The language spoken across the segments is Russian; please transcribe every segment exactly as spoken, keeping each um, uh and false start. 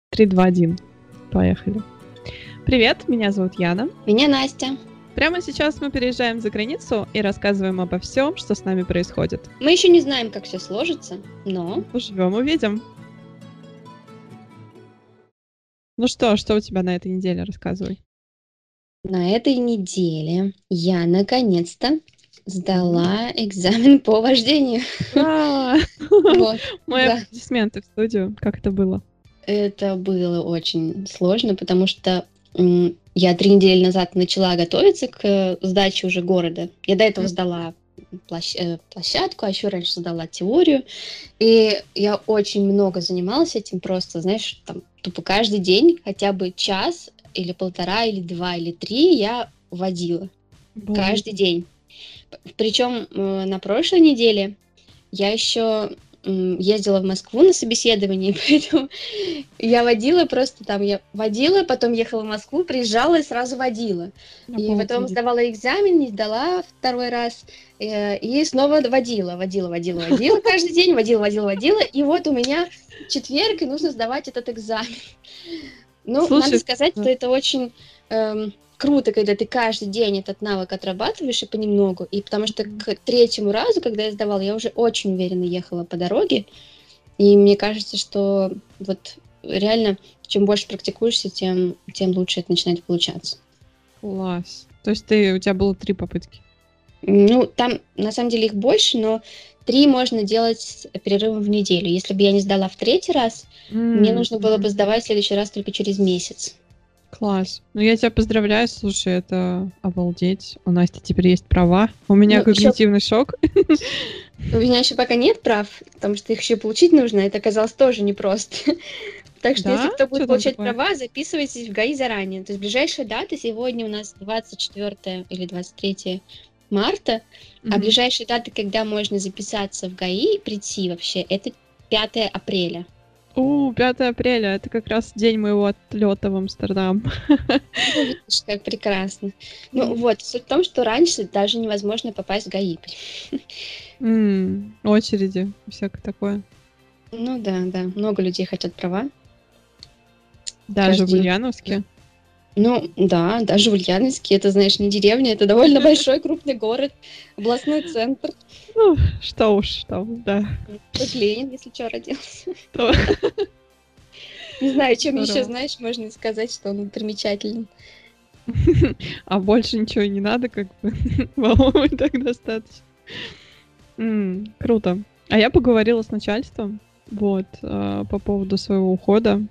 три, два, один. Поехали. Привет, меня зовут Яна. Меня Настя. Прямо сейчас мы переезжаем за границу и рассказываем обо всем, что с нами происходит. Мы еще не знаем, как все сложится, но... Поживем, увидим. Ну что, что у тебя на этой неделе? Рассказывай. На этой неделе я наконец-то сдала экзамен по вождению. Ура! Вот, Мои да. аплодисменты в студию. Как это было? Это было очень сложно, потому что м, я три недели назад начала готовиться к э, сдаче уже города. Я до этого М. сдала площ- э, площадку, а еще раньше сдала теорию. И я очень много занималась этим просто, знаешь, там тупо каждый день хотя бы час или полтора, или два, или три я водила. Обалдеть. Каждый день. Причем э, на прошлой неделе я еще м, ездила в Москву на собеседование, поэтому я водила просто там, я водила, потом ехала в Москву, приезжала и сразу водила. И потом Обалдеть. сдавала экзамен, не сдала второй раз, э, и снова водила, водила, водила, водила каждый день, водила, водила, водила, и вот у меня четверг, и нужно сдавать этот экзамен. Ну, надо Слушай, сказать, да. что это очень эм, круто, когда ты каждый день этот навык отрабатываешь и понемногу. И потому что Мгм. к третьему разу, когда я сдавала, я уже очень уверенно ехала по дороге. И мне кажется, что вот реально, чем больше практикуешься, тем, тем лучше это начинает получаться. Класс. То есть ты, у тебя было три попытки? Ну, там на самом деле их больше, но три можно делать с перерывом в неделю. Если бы я не сдала в третий раз, мне М, нужно было бы мгм. сдавать в следующий раз только через месяц. Класс. Ну, я тебя поздравляю, слушай, это обалдеть. У Насти теперь есть права. У меня Ну, еще когнитивный шок. у меня еще пока нет прав, потому что их еще получить нужно. Это оказалось тоже непросто. Так что, если Да? кто будет Что там получать такое? права, записывайтесь в ГАИ заранее. То есть ближайшая дата сегодня у нас двадцать четвёртое или двадцать третье марта, а Мгм. ближайшая дата, когда можно записаться в ГАИ и прийти вообще, это пятое апреля. У, пятое апреля. Это как раз день моего отлета в Амстердам. Ну, видишь, как прекрасно. Ну М. вот, суть в том, что раньше даже невозможно попасть в ГАИ. М, Очереди, всякое такое. Ну да, да, много людей хотят права. Даже в Каждый день. Ульяновске. Ну да, даже в Ульяновске, это, знаешь, не деревня, это довольно большой крупный город, областной центр. Ну, что уж там, да. Тут Ленин, если что, родился. То- Не знаю, чем еще, Здорово. знаешь, можно сказать, что он примечателен. А больше ничего и не надо, как бы. По-моему, и так достаточно. М, Круто. А я поговорила с начальством, вот, э, по поводу своего ухода.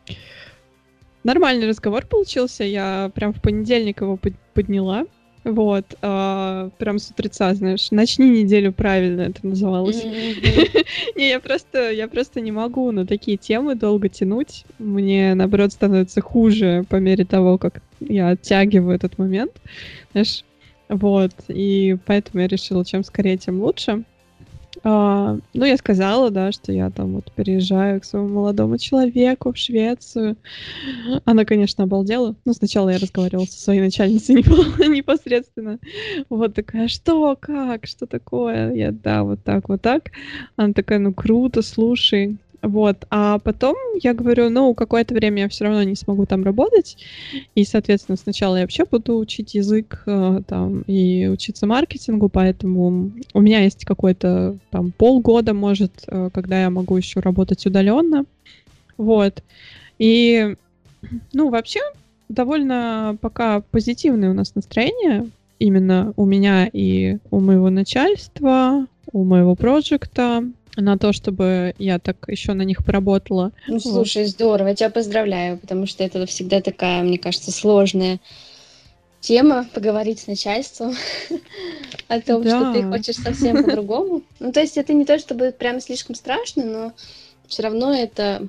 Нормальный разговор получился. Я прям в понедельник его под- подняла. Вот. а, Прям с утреца, знаешь. Начни неделю правильно, это называлось. Мгм. Не, я просто, я просто не могу на такие темы долго тянуть. Мне, наоборот, становится хуже по мере того, как я оттягиваю этот момент. Знаешь, вот. И поэтому я решила, чем скорее, тем лучше. А, ну, я сказала, да, что я там вот переезжаю к своему молодому человеку в Швецию. Она, конечно, обалдела. Ну, сначала я разговаривала со своей начальницей непо- непосредственно. Вот такая, что, как, что такое? Я, да, вот так, вот так. Она такая, ну, круто, слушай. Вот. А потом я говорю, ну, какое-то время я все равно не смогу там работать. И, соответственно, сначала я вообще буду учить язык э, там и учиться маркетингу, поэтому у меня есть какой-то там полгода, может, э, когда я могу еще работать удаленно. Вот. И, ну, вообще, довольно пока позитивное у нас настроение. Именно у меня и у моего начальства, у моего проекта, на то, чтобы я так еще на них поработала. Ну, Вот. слушай, здорово, я тебя поздравляю, потому что это всегда такая, мне кажется, сложная тема, поговорить с начальством о том, что ты Да. хочешь совсем по-другому. Ну, то есть это не то, чтобы прям слишком страшно, но все равно это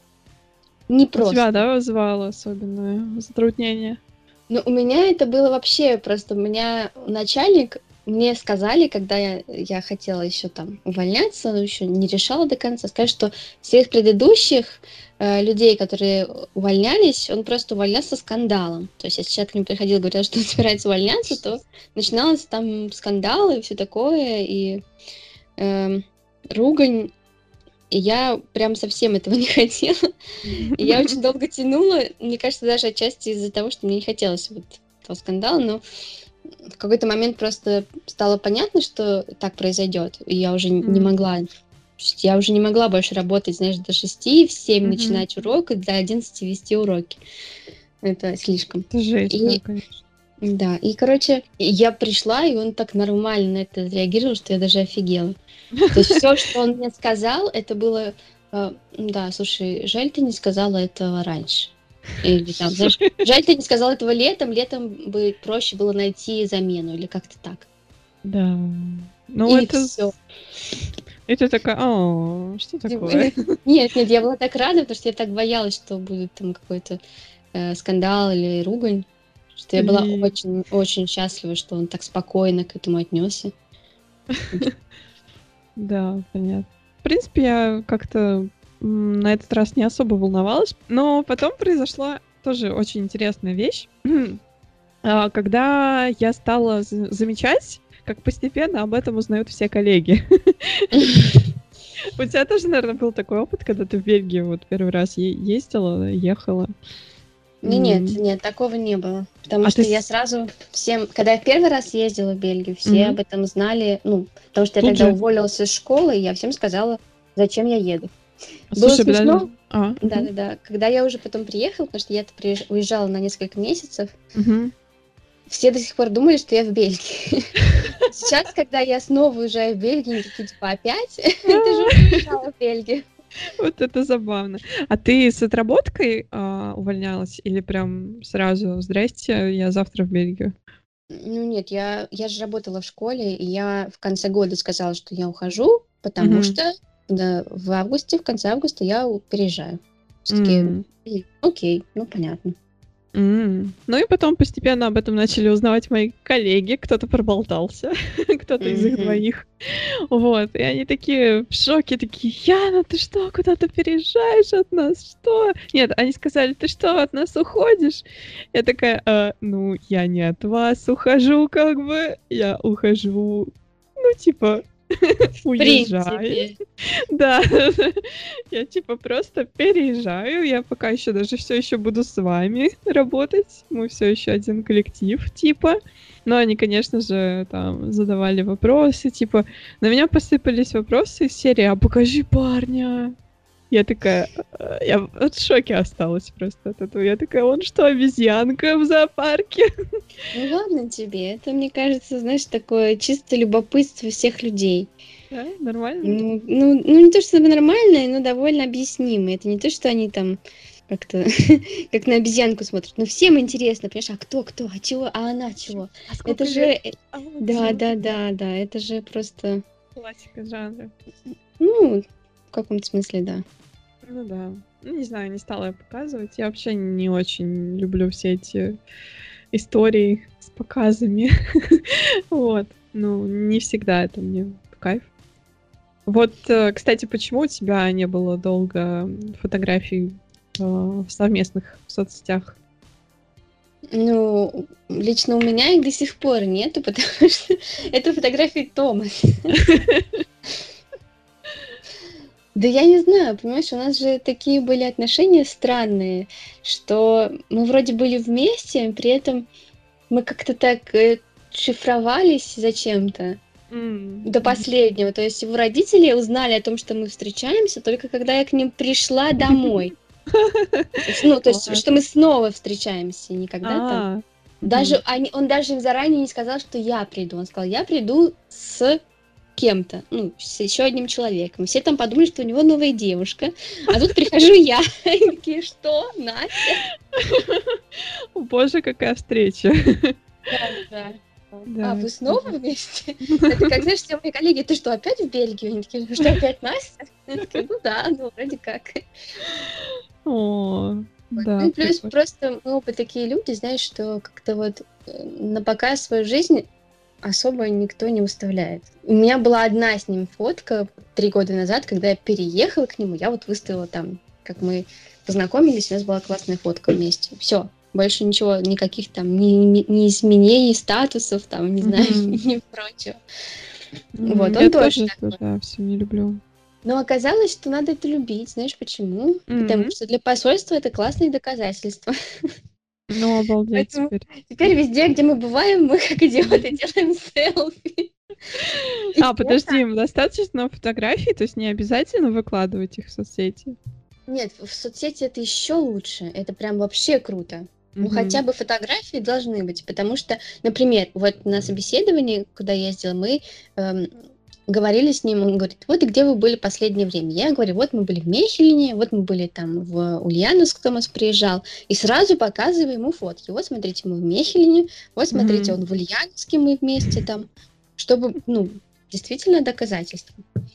У непросто. тебя, да, вызывало особенное затруднение? Ну, у меня это было вообще просто, у меня начальник, мне сказали, когда я, я хотела еще там увольняться, но еще не решала до конца, сказать, что всех предыдущих э, людей, которые увольнялись, он просто увольнялся скандалом. То есть, если человек к нему приходил и говорил, что он собирается увольняться, то начиналось там скандалы и все такое, и эм, ругань. И я прям совсем этого не хотела. И я очень долго тянула. Мне кажется, даже отчасти из-за того, что мне не хотелось вот этого скандала, но в какой-то момент просто стало понятно, что так произойдет. И я уже не М, могла, я уже не могла больше работать, знаешь, до шести, в семь мгм. начинать урок и до одиннадцати вести уроки. Это слишком. Это жесть, да, И конечно. да, и, короче, я пришла, и он так нормально на это реагировал, что я даже офигела. То есть все, что он мне сказал, это было, э, да, слушай, жаль, ты не сказала этого раньше. Или там, знаешь, жаль, ты не сказала этого летом, летом бы проще было найти замену, или как-то так. Да. Ну, И это... все. с- И ты такая, о, что такое? Нет, нет, я была так рада, потому что я так боялась, что будет там какой-то э, скандал или ругань, что я была И очень, очень счастлива, что он так спокойно к этому отнесся. да, понятно. В принципе, я как-то м, на этот раз не особо волновалась, но потом произошла тоже очень интересная вещь. А, Когда я стала за- замечать, как постепенно об этом узнают все коллеги. У тебя тоже, наверное, был такой опыт, когда ты в Бельгию вот первый раз е- ездила, ехала. Не, нет, М, нет, такого не было. Потому А ты что я с- сразу всем, когда я первый раз ездила в Бельгию, все Мгм. об этом знали, ну, потому что я Тут тогда же. уволилась из школы, и я всем сказала, зачем я еду. Было Слушай, подожди. смешно, А, мгм, да-да-да. Когда я уже потом приехала, потому что я-то приезж- уезжала на несколько месяцев, мгм. все до сих пор думали, что я в Бельгии. Сейчас, когда я снова уезжаю в Бельгию, они такие, типа, опять? Ты же уже уезжала в Бельгию. Вот это забавно. А ты с отработкой а, увольнялась или прям сразу «Здрасте, я завтра в Бельгию»? Ну нет, я, я же работала в школе, и я в конце года сказала, что я ухожу, потому Мгм. что да, в августе, в конце августа я у- переезжаю. Все таки, М, окей, ну понятно. м. Ну и потом постепенно об этом начали узнавать мои коллеги. Кто-то проболтался, кто-то из их Мгм. двоих. Вот. И они такие в шоке, такие: «Яна, ты что, куда-то переезжаешь от нас? Что?» Нет, они сказали: «Ты что, от нас уходишь?» Я такая: «А, ну, я не от вас ухожу, как бы. Я ухожу, ну, типа, В уезжаю». принципе. Да, я типа просто переезжаю, я пока еще даже все еще буду с вами работать, мы все еще один коллектив, типа. Но они, конечно же, там задавали вопросы, типа, на меня посыпались вопросы из серии: «А покажи парня». Я такая, э, я в в шоке осталась просто от этого. Я такая: «Он что, обезьянка в зоопарке?» Ну ладно тебе, это, мне кажется, знаешь, такое чисто любопытство всех людей. Да, нормально? Ну, ну, ну не то чтобы нормальное, но довольно объяснимое. Это не то, что они там как-то как на обезьянку смотрят. Но всем интересно, понимаешь, а кто, кто, а чего, а она чего? А Это сколько же, лет? э, А вот да, всё. да, да, да, это же просто, Классика жанра. ну, в каком-то смысле, да. Ну да. Ну, не знаю, не стала я показывать. Я вообще не очень люблю все эти истории с показами. Вот. Ну, не всегда это мне в кайф. Вот, э, кстати, почему у тебя не было долго м, фотографий э, в совместных соцсетях? Ну, лично у меня их до сих пор нету, потому что это фотографии Тома. Да я не знаю, понимаешь, у нас же такие были отношения странные, что мы вроде были вместе, при этом мы как-то так э, шифровались зачем-то М, до мгм. последнего. То есть его родители узнали о том, что мы встречаемся, только когда я к ним пришла домой. С- Ну, то есть, Класс. что мы снова встречаемся, никогда там. А, Даже мгм. они, он даже им заранее не сказал, что я приду. Он сказал, я приду с кем-то, ну, с еще одним человеком. Все там подумали, что у него новая девушка, а тут прихожу я. Они такие, что, Настя? О боже, какая встреча. Да, да. Да, А, вы это снова тоже. вместе? Это как, знаешь, все мои коллеги, ты что, опять в Бельгию? Они такие, «Ну что, опять Настя? Я такая, ну да, ну вроде как. О, Вот. Ну да, и плюс прикольно. просто мы оба такие люди, знаешь, что как-то вот э, на показ свою жизнь особо никто не выставляет. У меня была одна с ним фотка три года назад, когда я переехала к нему, я вот выставила там, как мы познакомились, у нас была классная фотка вместе. Все, больше ничего, никаких там ни, ни- ни изменений, статусов, там, не знаю, Мгм. ни прочего. Вот, Мгм. он Я тоже тоже, такой. да, все не люблю. Но оказалось, что надо это любить. Знаешь почему? Потому М. что для посольства это классные доказательства. Ну, обалдеть Поэтому теперь. теперь везде, где мы бываем, мы как идиоты делаем селфи. И А, фото. подожди, им достаточно фотографий, то есть не обязательно выкладывать их в соцсети? Нет, в соцсети это еще лучше. Это прям вообще круто. Ну, хотя Мгм. бы фотографии должны быть, потому что, например, вот на собеседовании, куда я ездила, мы эм, говорили с ним, он говорит, вот и где вы были последнее время? Я говорю, вот мы были в Мехелине, вот мы были там в Ульяновск, Томас приезжал, и сразу показываю ему фотки. Вот смотрите, мы в Мехелине, вот смотрите, Мгм. он в Ульяновске, мы вместе там, чтобы, ну, действительно доказательства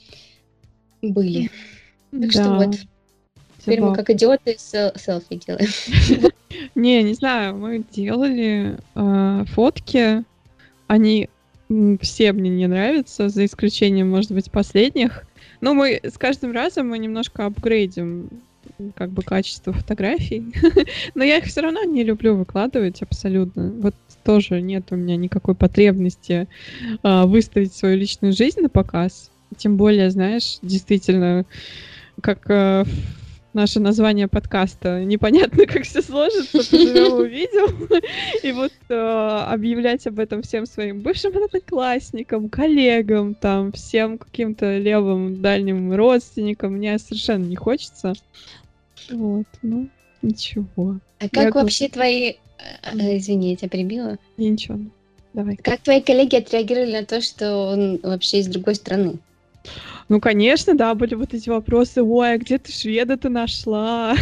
были. Так что Да, вот, теперь мы как забавно. идиоты сел- селфи делаем. Не, не знаю, мы делали, а, фотки. Они, м, все мне не нравятся, за исключением, может быть, последних. Но мы с каждым разом мы немножко апгрейдим, м, как бы качество фотографий. Но я их все равно не люблю выкладывать абсолютно. Вот тоже нет у меня никакой потребности, а, выставить свою личную жизнь на показ. Тем более, знаешь, действительно, как, э, наше название подкаста, непонятно, как все сложится, поживем увидим. И вот, э, объявлять об этом всем своим бывшим одноклассникам, коллегам, там, всем каким-то левым дальним родственникам мне совершенно не хочется. Вот, ну, ничего. А Я как гов вообще твои, э, М, э, извини, я тебя перебила. не, ничего. Давай. Как твои коллеги отреагировали на то, что он вообще из другой страны? Ну, конечно, да, были вот эти вопросы: "Ой, а где ты шведа-то нашла?"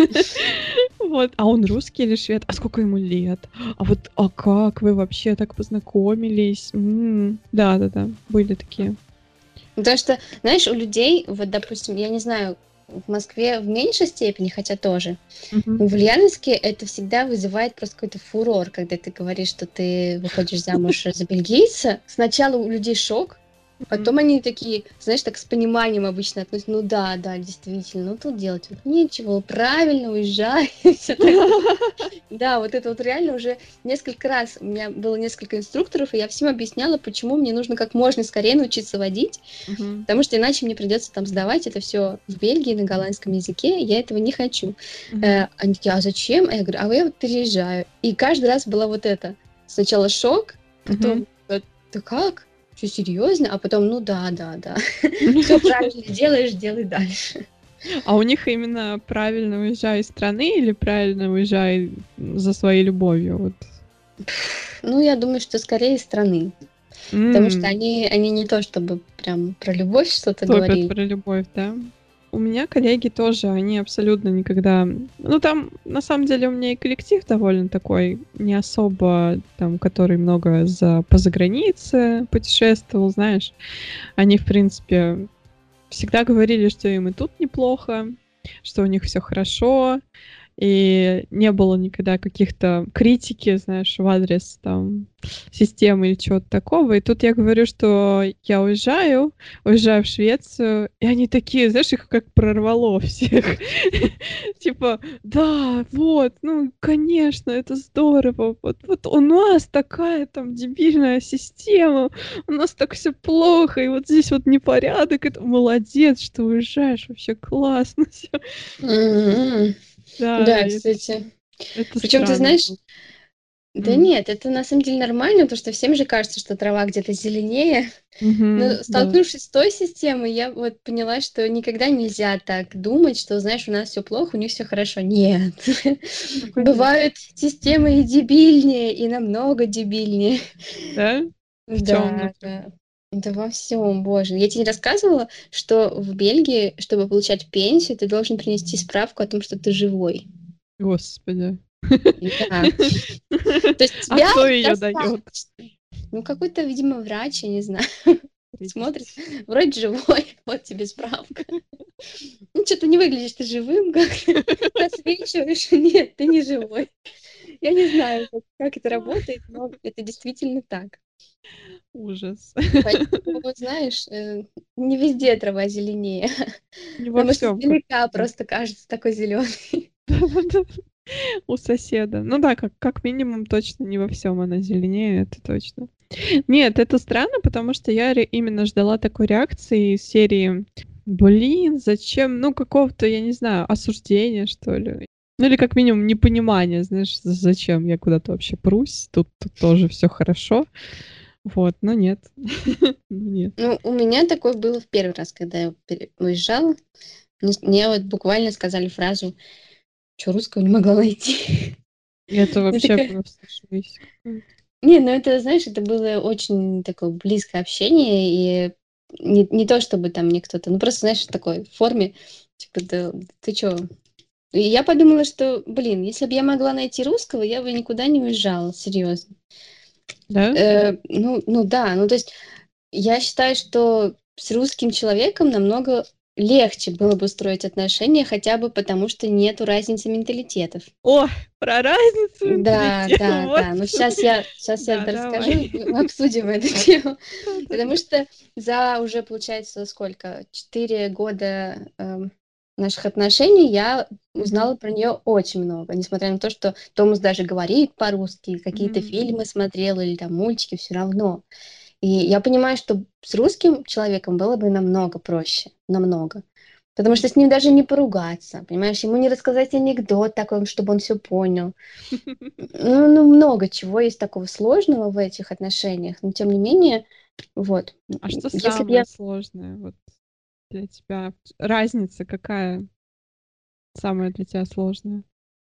Вот. А он русский или швед? А сколько ему лет? А вот, а как вы вообще так познакомились? М. Да-да-да, были такие. Потому что, знаешь, у людей, вот, допустим, я не знаю, в Москве в меньшей степени, хотя тоже, Мгм. но в Ульяновске это всегда вызывает просто какой-то фурор, когда ты говоришь, что ты выходишь замуж за бельгийца. Сначала у людей шок, Мгм. потом они такие, знаешь, так с пониманием обычно относятся. Ну да, да, действительно, ну тут делать вот нечего, правильно, уезжай, все такое. Да, вот это вот реально уже несколько раз у меня было несколько инструкторов, и я всем объясняла, почему мне нужно как можно скорее научиться водить, Мгм. потому что иначе мне придется там сдавать это все в Бельгии на голландском языке, я этого не хочу. Мгм. Э, они такие: "А зачем?" А я говорю: "А я вот переезжаю". И каждый раз было вот это. Сначала шок, Мгм. потом: "Э, ты как? Что, серьезно?" А потом: "Ну да, да, да. Все правильно делаешь, делай дальше". А у них именно правильно уезжай из страны или правильно уезжай, м, за своей любовью? Вот. Ну, я думаю, что скорее из страны, потому что М. они они не то чтобы прям про любовь что-то Топят говорили. про любовь, да? У меня коллеги тоже, они абсолютно никогда. Ну, там, на самом деле, у меня и коллектив довольно такой, не особо там, который много за по загранице путешествовал, знаешь. Они, в принципе, всегда говорили, что им и тут неплохо, что у них все хорошо. И не было никогда каких-то критики, знаешь, в адрес там системы или чего-то такого. И тут я говорю, что я уезжаю, уезжаю в Швецию, и они такие, знаешь, их как прорвало всех. Типа, да, вот, ну, конечно, это здорово. Вот, вот у нас такая там дебильная система, у нас так все плохо, и вот здесь вот непорядок. Это молодец, что уезжаешь, вообще классно все. Мгм. Да, Да, и кстати. это Причем, ты странно знаешь, было. да М. нет, это на самом деле нормально, потому что всем же кажется, что трава где-то зеленее. Мгм. Но Да. столкнувшись с той системой, я вот поняла, что никогда нельзя так думать, что, знаешь, у нас все плохо, у них все хорошо. Нет. Ну, конечно. Бывают системы и дебильнее, и намного дебильнее. Да? В чём, Да, например? да. Да во всем, боже. Я тебе не рассказывала, что в Бельгии, чтобы получать пенсию, ты должен принести справку о том, что ты живой. Господи. Да. То есть А тебя кто её даёт? достаточно. Ну, какой-то, видимо, врач, я не знаю, смотрит, Прикиньте. вроде живой, вот тебе справка. Ну, что то не выглядишь ты живым, как-то просвечиваешь. Нет, ты не живой. Я не знаю, как как это работает, но это действительно так. Ужас. Поэтому, вот знаешь, э, не везде трава зеленее. Не во Она, может, всём, как издалека говорится. просто кажется такой зеленой. Да-да-да. У соседа. Ну да, как как минимум точно не во всём она зеленее, это точно. Нет, это странно, потому что я ре именно ждала такой реакции из серии. Блин, зачем? Ну, какого-то, я не знаю, осуждения, что ли. Ну, или как минимум непонимание, знаешь, з зачем я куда-то вообще прусь, тут тут тоже всё хорошо. Вот, но нет. Ну нет. Ну, у меня такое было в первый раз, когда я пере уезжала. Мне с мне вот буквально сказали фразу: "Чё, русского не могла найти?" Это Я вообще такая просто жесть какая-то. Не, ну это, знаешь, это было очень такое близкое общение, и не не то чтобы там мне кто-то, ну просто, знаешь, в такой форме, типа: "Да ты чё?" И я подумала, что, блин, если б я могла найти русского, я бы никуда не уезжала, серьезно. Да? Э, ну ну да, ну то есть я считаю, что с русским человеком намного легче было бы строить отношения, хотя бы потому, что нету разницы менталитетов. О, про разницу Да, менталитета, да, вот. да. Ну, щас я щас я Да, дорасскажу, давай. и мы обсудим эту тему. Потому Да-да-да. что за уже, получается, сколько, четыре года, эм, наших отношений я Мгм. узнала про неё очень много. Несмотря на то, что Томас даже говорит по-русски, какие-то Мгм. фильмы смотрел или там мультики, всё равно. И я понимаю, что с русским человеком было бы намного проще, намного. Потому что с ним даже не поругаться, понимаешь? Ему не рассказать анекдот такой, чтобы он всё понял. Ну ну, много чего есть такого сложного в этих отношениях, но тем не менее, вот, А что если б самое я сложное вот для тебя? Разница какая? Самая для тя сложная?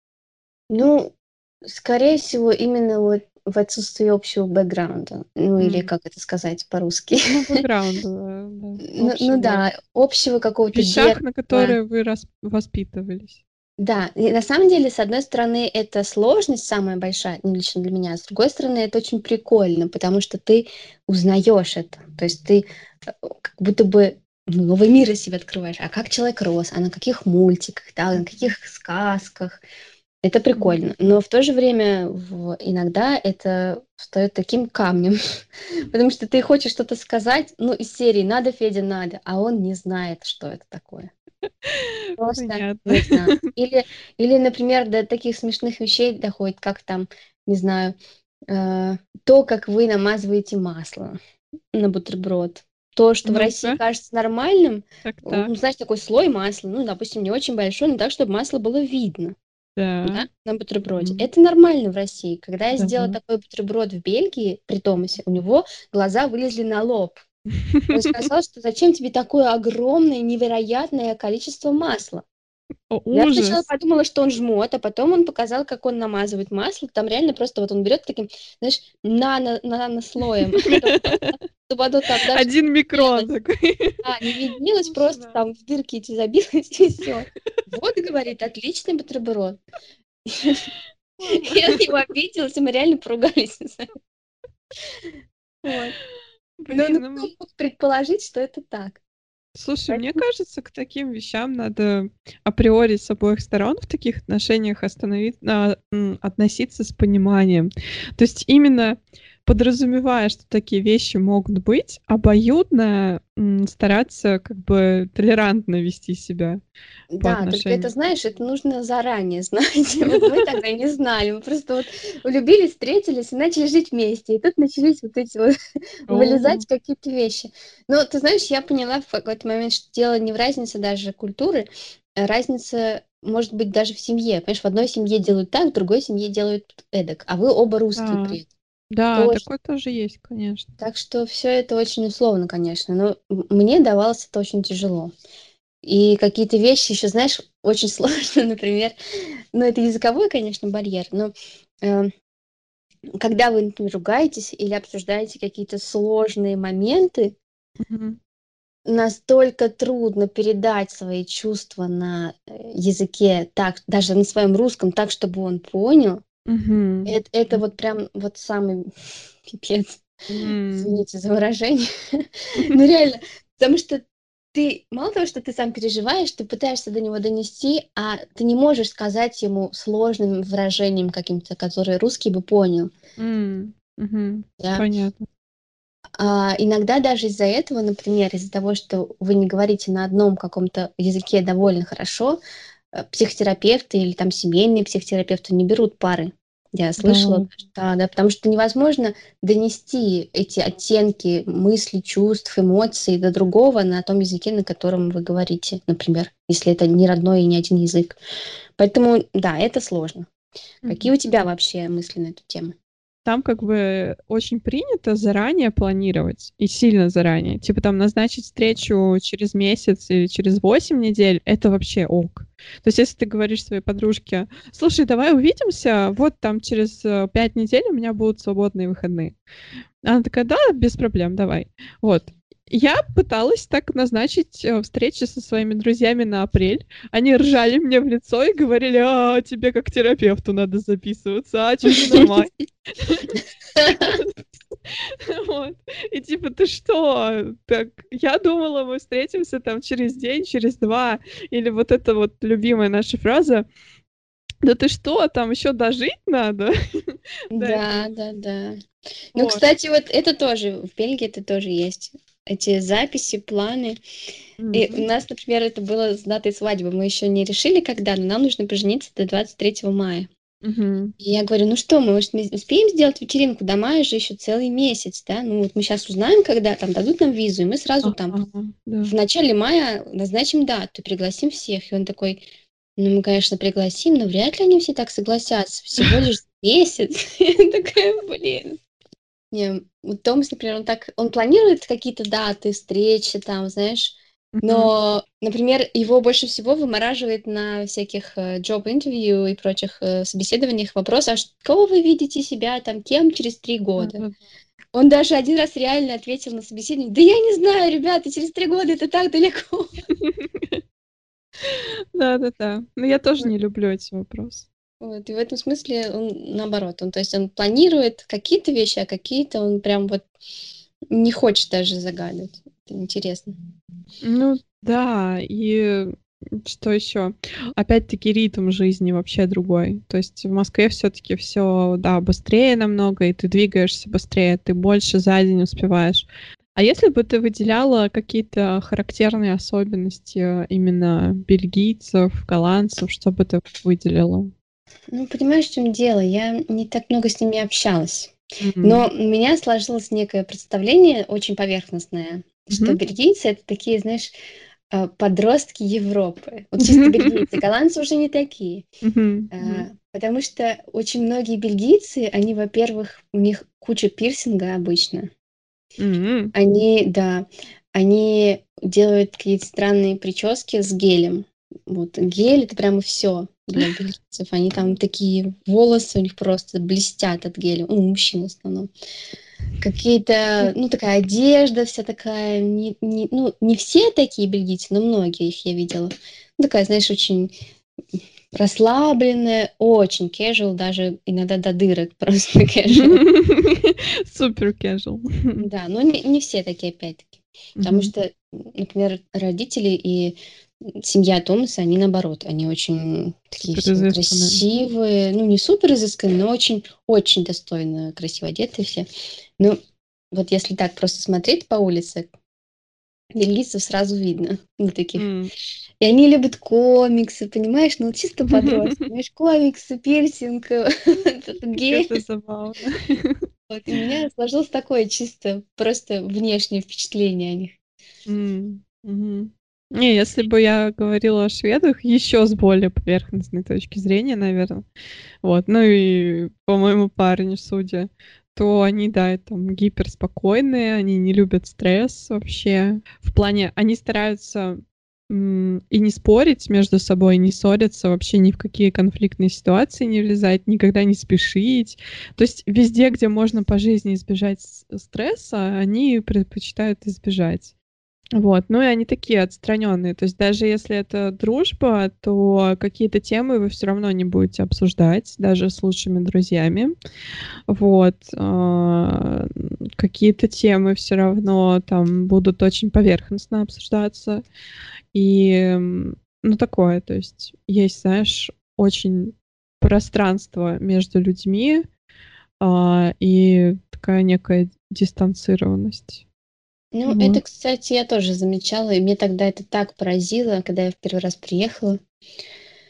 Ну, скорее всего, именно вот в отсутствии общего бэкграунда. Ну, или М. как это сказать по-русски? Ну, бэкграунд, да, да, Ну ну общего. да, общего какого-то Вещах, на детства. которые вы рас воспитывались. Да, и на самом деле, с одной стороны, это сложность самая большая, ну, лично для меня, а с другой стороны, это очень прикольно, потому что ты узнаёшь это. То есть ты, э, как будто бы, ну, новый мир для себя открываешь. А как человек рос, а на каких мультиках, да, на Мгм. каких сказках. Это Мгм. прикольно. Но в то же время в иногда это встаёт таким камнем, потому что ты хочешь что-то сказать, ну, из серии: "Надо, Федя, надо", а он не знает, что это такое. Просто Понятно. не знаю. Или или, например, до таких смешных вещей доходит, как там, не знаю, э, то, как вы намазываете масло на бутерброд. То, что в России Ну-ка. кажется нормальным, Так-так. ну, знаешь, такой слой масла, ну, допустим, не очень большой, но так, чтобы масло было видно, Да. да, на бутерброде. Мгм. Это нормально в России. Когда я сделала Да. такой бутерброд в Бельгии при Томасе, у него глаза вылезли на лоб. Он сказал, что: "Зачем тебе такое огромное, невероятное количество масла?" О, Я сначала ужас! подумала, что он жмот, а потом он показал, как он намазывает масло. Там реально просто вот он берёт таким, знаешь, нано нанослоем, чтобы просто, чтобы оно там даже один не микрон виднелось. такой Да, не виднелось, просто толщина. там в дырки эти забилось и всё. "Вот,- говорит,- отличный бутерброд." Я на него обиделась, и мы реально поругались из-за этого. Вот. Но Блин, ну ну кто м мог предположить, что это так? Слушай, мне Поэтому кажется, к таким вещам надо априори с обоих сторон в таких отношениях останови а, м, относиться с пониманием. То есть именно подразумевая, что такие вещи могут быть, обоюдно, м, стараться как бы толерантно вести себя по Да, только это, отношению к знаешь, это этому. нужно заранее знать. Вот мы тогда не знали. Мы просто вот влюбились, встретились и начали жить вместе. И тут начались вот эти вот О. вылезать какие-то вещи. Но ты знаешь, я поняла в какой-то момент, что дело не в разнице даже культуры, а разница может быть даже в семье. Понимаешь, в одной семье делают так, в другой семье делают эдак, а вы оба русские Да. при этом. Да, Тоже. такое тоже есть, конечно. Так что всё это очень условно, конечно, но м мне давалось это очень тяжело. И какие-то вещи ещё, знаешь, очень сложно, например, ну, это языковой, конечно, барьер, но, э, когда вы, например, ругаетесь или обсуждаете какие-то сложные моменты Мгм. настолько трудно передать свои чувства на, э, языке так, даже на своем русском, так, чтобы он понял. Мгм. Эт это М. вот прям вот самый пипец. М. Извините за выражение. Ну, реально, потому что ты мало того, что ты сам переживаешь, ты пытаешься до него донести, а ты не можешь сказать ему сложным выражением каким-то, которое русский бы понял. М. Мгм. Да. Понятно. А иногда даже из-за этого, например, из-за того, что вы не говорите на одном каком-то языке довольно хорошо, э, психотерапевты или там семейные психотерапевты не берут пары. Я слышала, Да. да, да, потому что невозможно донести эти оттенки мыслей, чувств, эмоций до другого на том языке, на котором вы говорите, например, если это не родной и не один язык. Поэтому, да, это сложно. Какие Мгм. у тебя вообще мысли на эту тему? Там как бы очень принято заранее планировать, и сильно заранее. Типа там назначить встречу через месяц или через восемь недель — это вообще ок. То есть если ты говоришь своей подружке: "Слушай, давай увидимся, вот там через, э, пять недель у меня будут свободные выходные". Она такая: "Да, без проблем, давай". Вот. Я пыталась так назначить, э, встречи со своими друзьями на апрель. Они ржали мне в лицо и говорили: "А, тебе как терапевту надо записываться, а чё не нормально?" Вот. И типа: "Ты что? Так я думала, мы встретимся там через день, через два". Или вот эта вот любимая наша фраза: "Да ты что, там еще дожить надо до этого". Да, да, да. Ну, Вот. кстати, вот это тоже, в Бельгии это тоже есть. Эти записи, планы. И у Мгм. нас, например, это было с датой свадьбы. Мы еще не решили, когда, но нам нужно пожениться до двадцать третьего мая. Мгм. И я говорю, ну что, мы, может, мы успеем сделать вечеринку? До мая же еще целый месяц, да? Ну вот мы сейчас узнаем, когда там дадут нам визу, и мы сразу там Ага, да. в начале мая назначим дату, пригласим всех. И он такой, ну мы, конечно, пригласим, но вряд ли они все так согласятся. Всего лишь месяц. Я такая, блин. Не, вот Томас, например, он так, он планирует какие-то даты, встречи там, знаешь, Мгм. но, например, его больше всего вымораживает на всяких э, job interview и прочих э, собеседованиях вопрос, а ш- кого вы видите себя там, кем через три года? Да-да-да. Он даже один раз реально ответил на собеседование, да я не знаю, ребята, через три года это так далеко. Да-да-да. Но я тоже Вот, не люблю эти вопросы. вот, и в этом смысле он наоборот, он, то есть он планирует какие-то вещи, а какие-то он прям вот не хочет даже загадывать. Это интересно. Ну да, и что еще? Опять-таки ритм жизни вообще другой. То есть в Москве все-таки все, да, быстрее намного, и ты двигаешься быстрее, ты больше за день успеваешь. А если бы ты выделяла какие-то характерные особенности именно бельгийцев, голландцев, что бы ты выделила? Ну, понимаешь, в чём дело? Я не так много с ними общалась. М. Но у меня сложилось некое представление очень поверхностное, что Мгм. бельгийцы — это такие, знаешь, а, подростки Европы. Вот чисто бельгийцы. Голландцы уже не такие. Мгм. Мгм. А, потому что очень многие бельгийцы, они, во-первых, у них куча пирсинга обычно. М. Они, да, они делают какие-то странные прически с гелем. Вот гель — это прямо все для бельгийцев. Они там такие волосы у них просто блестят от геля. Ну, мужчин в основном. Какие-то, ну, такая одежда вся такая, не, не, ну, не все такие бельгийцы, но многие их я видела. Ну, такая, знаешь, очень расслабленная, очень casual, даже иногда до дырок просто casual. Супер casual. Да, но не, не все такие, опять-таки. Потому Мгм. что, м, например, родители и м, семья Томаса, они наоборот, они очень такие Супер все изысканная. красивые, ну, не супер изысканные, но очень, очень достойно, красиво одетые все. Ну, вот если так просто смотреть по улице, бельгийцев сразу видно, ну, таких. М. И они любят комиксы, понимаешь, ну, вот чисто подростки, понимаешь, комиксы, пирсинг, этот Как это гель. забавно. Вот, и у меня сложилось такое чисто просто внешнее впечатление о них. М, мгм. Не, если бы я говорила о шведах еще с более поверхностной точки зрения, наверно, вот, ну и по моему парню судя, то они, да, там гиперспокойные, они не любят стресс вообще. В плане, они стараются, м, и не спорить между собой, не ссориться, вообще ни в какие конфликтные ситуации не влезать, никогда не спешить. То есть везде, где можно по жизни избежать с стресса, они предпочитают избежать. Вот, ну и они такие отстраненные. То есть даже если это дружба, то какие-то темы вы все равно не будете обсуждать, даже с лучшими друзьями. Вот, а, м, какие-то темы все равно там будут очень поверхностно обсуждаться. И, м, ну, такое, то есть есть, знаешь, очень пространство между людьми, а, и такая некая дистанцированность. Ну, это, Вот. кстати, я тоже замечала, и мне тогда это так поразило, когда я в первый раз приехала.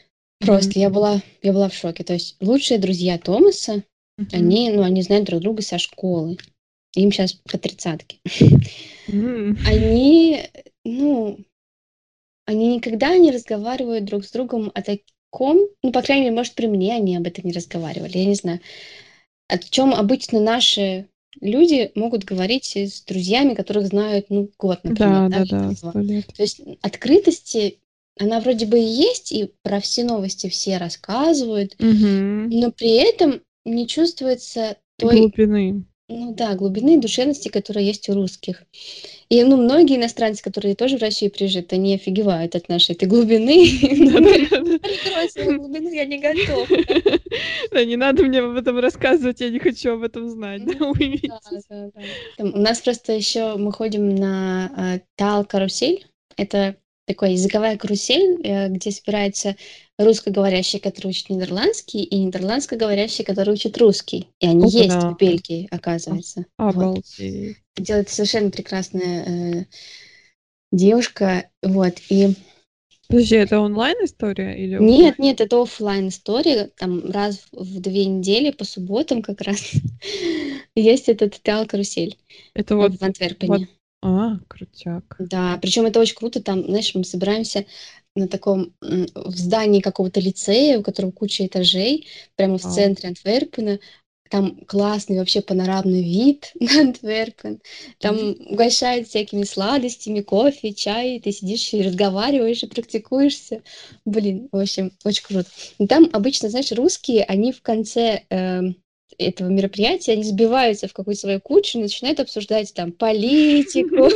М. Просто я была я была в шоке. То есть лучшие друзья Томаса, Мгм. они, ну, они знают друг друга со школы. Им щас по тридцатке. М. Они, ну они никогда не разговаривают друг с другом о таком, ну, по крайней мере, может, при мне они об этом не разговаривали, я не знаю. О чём обычно наши люди могут говорить с друзьями, которых знают, ну, год, например, да, Да-да-да, или два. сто лет. То есть, м, открытости, она вроде бы и есть, и про все новости все рассказывают, Мгм. но при этом не чувствуется той, Глубины. ну да, глубины, душевности, которая есть у русских. И, ну, многие иностранцы, которые тоже в Россию приезжают, они офигевают от нашей этой глубины. Говорят: Да-да-да-да. "Открой свою глубину, я не готов". Да не надо мне об этом рассказывать, я не хочу об этом знать, Мгм. да, Да, уймитесь. да, да. Там у нас просто ещё мы ходим на, а, Тал-карусель. Это такой языковая карусель, э, где собираются русскоговорящие, которые учат нидерландский, и нидерландскоговорящие, которые учат русский. И они О есть в да. Бельгии, А оказывается. Вот. обалдеть. Делает совершенно прекрасная, э, девушка. Вот, и Подожди, это онлайн-история или оффлайн? Нет, нет, это оффлайн история. Там раз в две недели по субботам как раз есть этот Тал-карусель Это вот в вот Антверпене. А, крутяк. Да, причём это очень круто. Там, знаешь, мы собираемся на таком, м, в здании какого-то лицея, у которого куча этажей, прямо в Вау. центре Антверпена. Там классный вообще панорамный вид на Антверпен. М. Там угощают всякими сладостями, кофе, чай. Ты сидишь и разговариваешь, и практикуешься. Блин, в общем, очень круто. И там обычно, знаешь, русские, они в конце, эм, этого мероприятия, они сбиваются в какую-то свою кучу и начинают обсуждать там политику.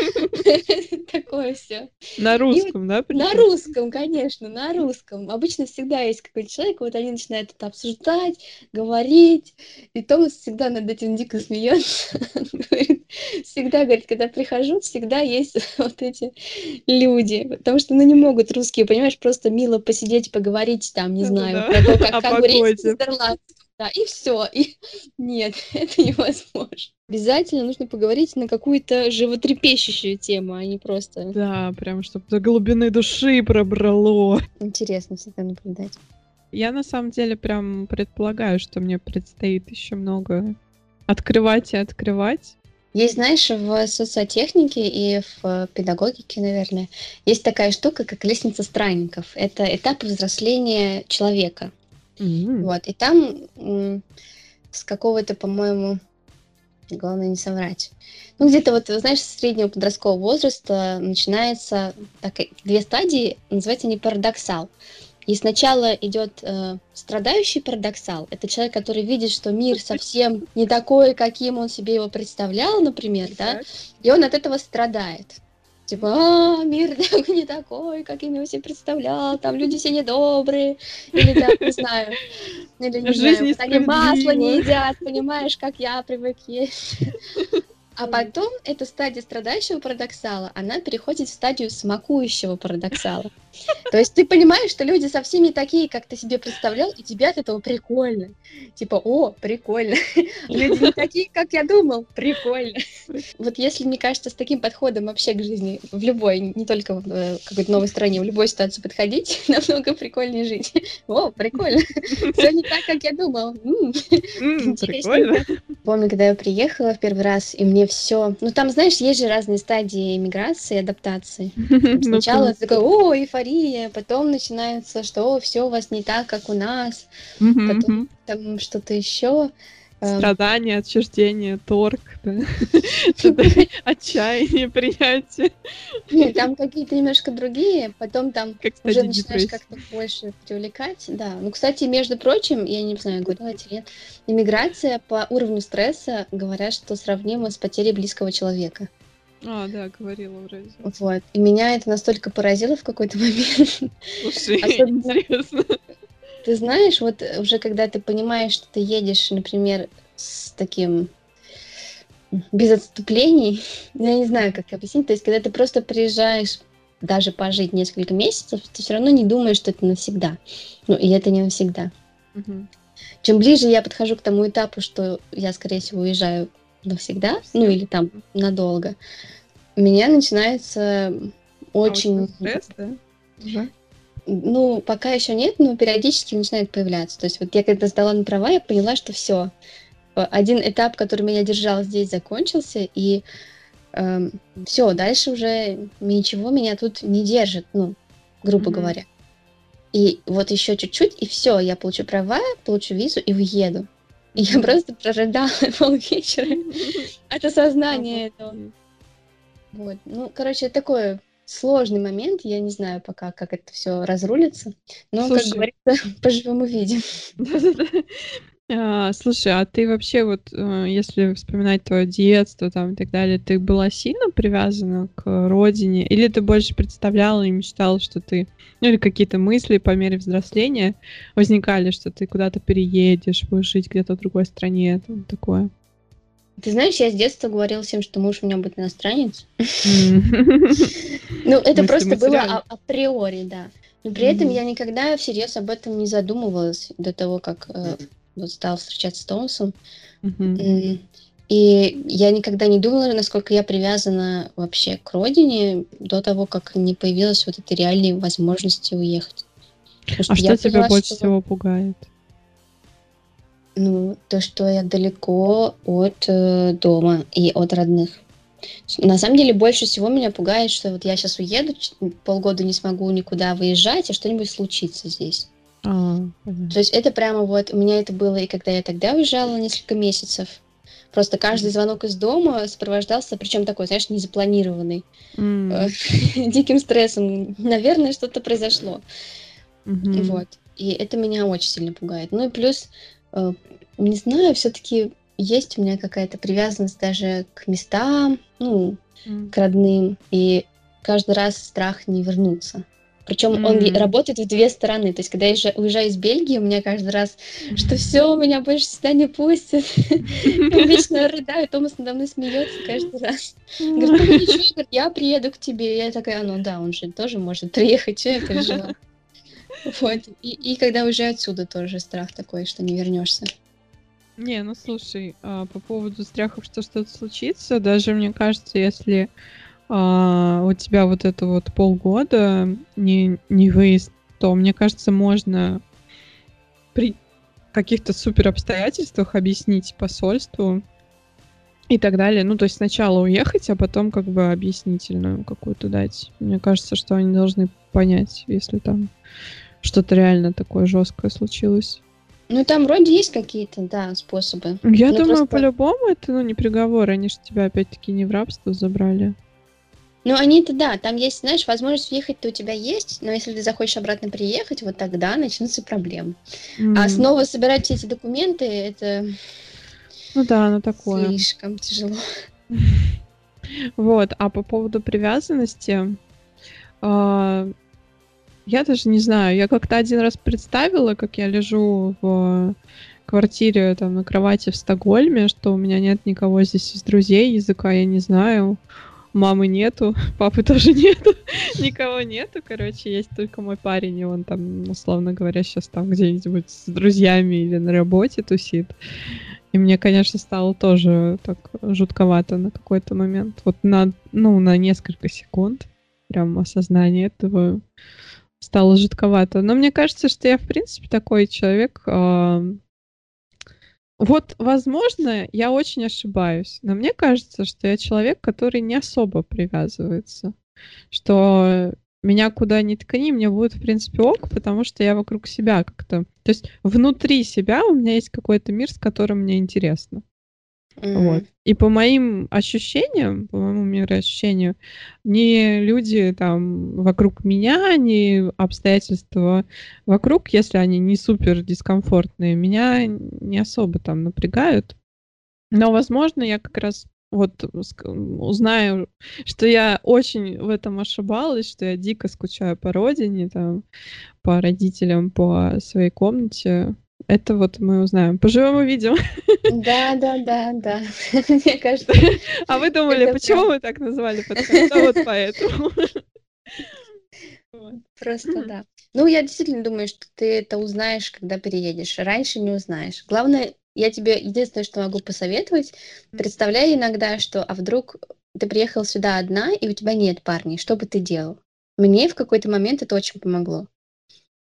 Такое всё. На И вот русском, да, на причём? русском, конечно, на русском. Обычно всегда есть какой-то человек, вот они начинают это обсуждать, говорить, и Томас всегда над этим дико смеётся. Он говорит, всегда, говорит, когда прихожу, всегда есть вот эти люди. Потому что, ну, не могут русские, понимаешь, просто мило посидеть, поговорить там, не знаю, Да-да-да. про то, как О как говорить погоде. по-нидерландски, да, и всё. И нет, это невозможно. Обязательно нужно поговорить на какую-то животрепещущую тему, а не просто Да, прям чтоб до глубины души пробрало. Интересно всегда наблюдать. Я на самом деле прям предполагаю, что мне предстоит ещё много открывать и открывать. Есть, знаешь, в социотехнике и в педагогике, наверное, есть такая штука, как лестница странников. Это этап взросления человека. М. Вот, и там, м, с какого-то, по-моему, главное не соврать, ну, где-то вот, знаешь, с среднего подросткового возраста начинается так две стадии, называются они парадоксал. И сначала идёт, э, страдающий парадоксал. Это человек, который видит, что мир совсем не такой, каким он себе его представлял, например, да, Так. и он от этого страдает. Типа: "А, мир не такой, каким я его себе представлял, там люди все недобрые". Или там, не знаю, или, не Жизнь знаю, вот они масло не несправедлива. едят, понимаешь, как я привык есть. А потом эта стадия страдающего парадоксала, она переходит в стадию смакующего парадоксала. То есть ты понимаешь, что люди совсем не такие, как ты себе представлял, и тебе от этого прикольно. Типа: "О, прикольно, люди не такие, как я думал, прикольно". Вот если, мне кажется, с таким подходом вообще к жизни, в любой, не только в, э, какой-то новой стране, в любой ситуации подходить, намного прикольнее жить. О, прикольно, всё не так, как я думал. М, М, прикольно. интересненько. Помню, когда я приехала в первый раз, и мне всё ну, там, знаешь, есть же разные стадии миграции, адаптации. Там Ну-ка, сначала ты ну-ка. такой: "О, эйфория", потом начинается, что: "О, всё у вас не так, как у нас". Мгм, Потом мгм. там что-то ещё, эм Страдания, отчуждение, торг, да, что-то отчаяние, принятие. Нет, там какие-то немножко другие, потом там Как уже стадии начинаешь депрессии. как-то больше привлекать. Да, ну, кстати, между прочим, я не знаю, говорила тебе, нет, иммиграция по уровню стресса, говорят, что сравнима с потерей близкого человека. А, да, говорила вроде. Вот, и меня это настолько поразило в какой-то момент. Слушай, Особенно интересно. Ты знаешь, вот уже когда ты понимаешь, что ты едешь, например, с таким м, без отступлений, ну, я не знаю, как объяснить. То есть, когда ты просто приезжаешь даже пожить несколько месяцев, ты всё равно не думаешь, что это навсегда. Ну, и это не навсегда. Мгм. Чем ближе я подхожу к тому этапу, что я, скорее всего, уезжаю навсегда, ну, Совсем? или там Мгм. надолго, у меня начинается А у тебя очень стресс, да, уже? Ну, пока еще нет, но периодически начинает появляться. То есть вот я когда сдала на права, я поняла, что все, один этап, который меня держал здесь, закончился, и эм, все, дальше уже ничего меня тут не держит, ну, грубо Мгм. говоря. И вот еще чуть-чуть, и все, я получу права, получу визу и уеду. И я Мгм. просто прорыдала полвечера от осознания этого. Обалдеть. Вот. Ну, короче, такой сложный момент. Я не знаю пока, как это все разрулится. Но, как Слушай, говорится, поживем увидим. да-да-да. А, слушай, а ты вообще вот, э, если вспоминать твое детство там и так далее, ты была сильно привязана к родине? Или ты больше представляла и мечтала, что ты, ну или какие-то мысли по мере взросления возникали, что ты куда-то переедешь, будешь жить где-то в другой стране, там такое? Ты знаешь, я с детства говорила всем, что муж у меня будет иностранец. М. Ну, В это смысле просто было материально? а- априори, да. Но при этом Мгм. я никогда всерьез об этом не задумывалась до того, как э, вот стала встречаться с Томасом. Мгм. М, И я никогда не думала, насколько я привязана вообще к родине до того, как не появилась вот этой реальной возможности уехать. Потому А что я что тебя поняла, больше что всего пугает? ну, то, что я далеко от э, дома и от родных. С- На самом деле, больше всего меня пугает, что вот я сейчас уеду, ч- полгода не смогу никуда выезжать, и что-нибудь случится здесь. А, То понятно. есть это прямо вот, у меня это было и когда я тогда уезжала несколько месяцев. Просто каждый Мгм. звонок из дома сопровождался, причем такой, знаешь, незапланированный, э, М. диким стрессом. Наверное, что-то произошло. Мгм. Вот. И это меня очень сильно пугает. Ну и плюс, э, не знаю, все-таки есть у меня какая-то привязанность даже к местам, ну, М. к родным, и каждый раз страх не вернуться. Причем он и М. работает в две стороны. То есть, когда я уезжа- уезжаю из Бельгии, у меня каждый раз, что все, меня больше сюда не пустят. Я вечно рыдаю, Томас надо мной смеется каждый раз. Говорит, ну ничего, говорит, я приеду к тебе. Я такая, ну да, он же тоже может приехать, что я переживаю. Вот. И, и когда уезжаю отсюда, тоже страх такой, что не вернешься. Не, ну слушай, а, по поводу страхов, что что-то случится, даже мне кажется, если а, у тебя вот это вот полгода не, не выезд, то, мне кажется, можно при каких-то супер обстоятельствах объяснить посольству и так далее. Ну, то есть сначала уехать, а потом как бы объяснительную какую-то дать. Мне кажется, что они должны понять, если там что-то реально такое жесткое случилось. Ну, там вроде есть какие-то, да, способы. Я Ну, думаю, просто... по-любому это, ну, не приговор, они же тебя опять-таки не в рабство забрали. Ну, они-то, да, там есть, знаешь, возможность уехать-то у тебя есть, но если ты захочешь обратно приехать, вот тогда начнутся проблемы. А М. снова собирать все эти документы, это Ну да, оно такое. слишком тяжело. Вот, а по поводу привязанности, а, я даже не знаю, я как-то один раз представила, как я лежу в квартире, там, на кровати в Стокгольме, что у меня нет никого здесь из друзей, языка я не знаю, мамы нету, папы тоже нету, никого нету, короче, есть только мой парень, и он там, условно говоря, сейчас там где-нибудь с друзьями или на работе тусит. И мне, конечно, стало тоже так жутковато на какой-то момент. Вот на, ну, на несколько секунд прям осознание этого стало жутковато. Но мне кажется, что я, в принципе, такой человек. а, Вот, возможно, я очень ошибаюсь, но мне кажется, что я человек, который не особо привязывается. Что меня куда ни ткни, мне будет, в принципе, ок, потому что я вокруг себя как-то. То есть внутри себя у меня есть какой-то мир, с которым мне интересно. Вот. М. И по моим ощущениям, по моему мироощущению, ни люди там вокруг меня, ни обстоятельства вокруг, если они не супер дискомфортные, меня не особо там напрягают. Но, возможно, я как раз вот ск узнаю, что я очень в этом ошибалась, что я дико скучаю по родине, там, по родителям, по своей комнате. Это вот мы узнаем. Поживем увидим. Да, да, да, да. Мне кажется, А вы думали, это почему правда. мы так назвали подкаст? Да вот поэтому. Вот. Просто да. Ну, я действительно думаю, что ты это узнаешь, когда переедешь. Раньше не узнаешь. Главное, я тебе единственное, что могу посоветовать, представляй иногда, что а вдруг ты приехал сюда одна, и у тебя нет парней, что бы ты делал? Мне в какой-то момент это очень помогло.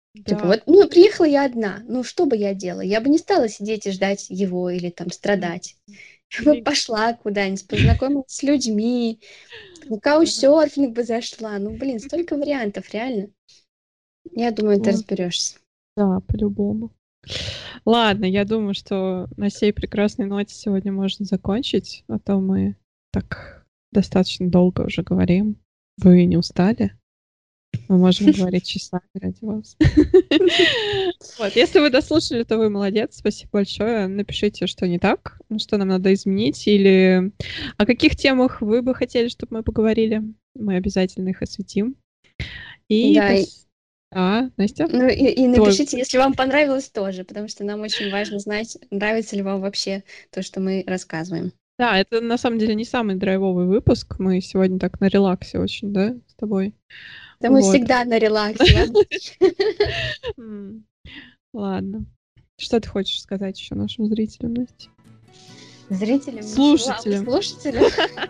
Типа Да. вот, ну, приехала я одна, ну, что бы я делала? Я бы не стала сидеть и ждать его или там М. страдать. Я бы Или пошла куда-нибудь, познакомилась с людьми, на Ага. каучсерфинг бы зашла. Ну, блин, столько вариантов, реально. Я думаю, ты Ой, разберешься. да, по-любому. Ладно, я думаю, что на сей прекрасной ноте сегодня можно закончить, а то мы так достаточно долго уже говорим. Вы не устали? Мы можем говорить часами ради вас. Вот, если вы дослушали, то вы молодец. Спасибо большое. Напишите, что не так, ну, что нам надо изменить, или о каких темах вы бы хотели, чтобы мы поговорили. Мы обязательно их осветим. И Да, и, пос Да, Настя, ну, и, и твой напишите, если вам понравилось тоже, потому что нам очень важно знать, нравится ли вам вообще то, что мы рассказываем. Да, это на самом деле не самый драйвовый выпуск. Мы сегодня так на релаксе очень, да, с тобой. Да мы Вот. всегда на релаксе, ладно? М, Ладно. Что ты хочешь сказать еще нашим зрителям, Настя? Зрителям ничего, а вот Слушателям. слушателям...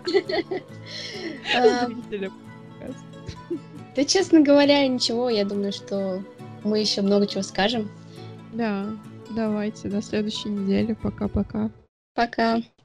Ам, Зрителям. Да, честно говоря, ничего. Я думаю, что мы еще много чего скажем. Да, давайте, до следующей недели. Пока-пока. Пока.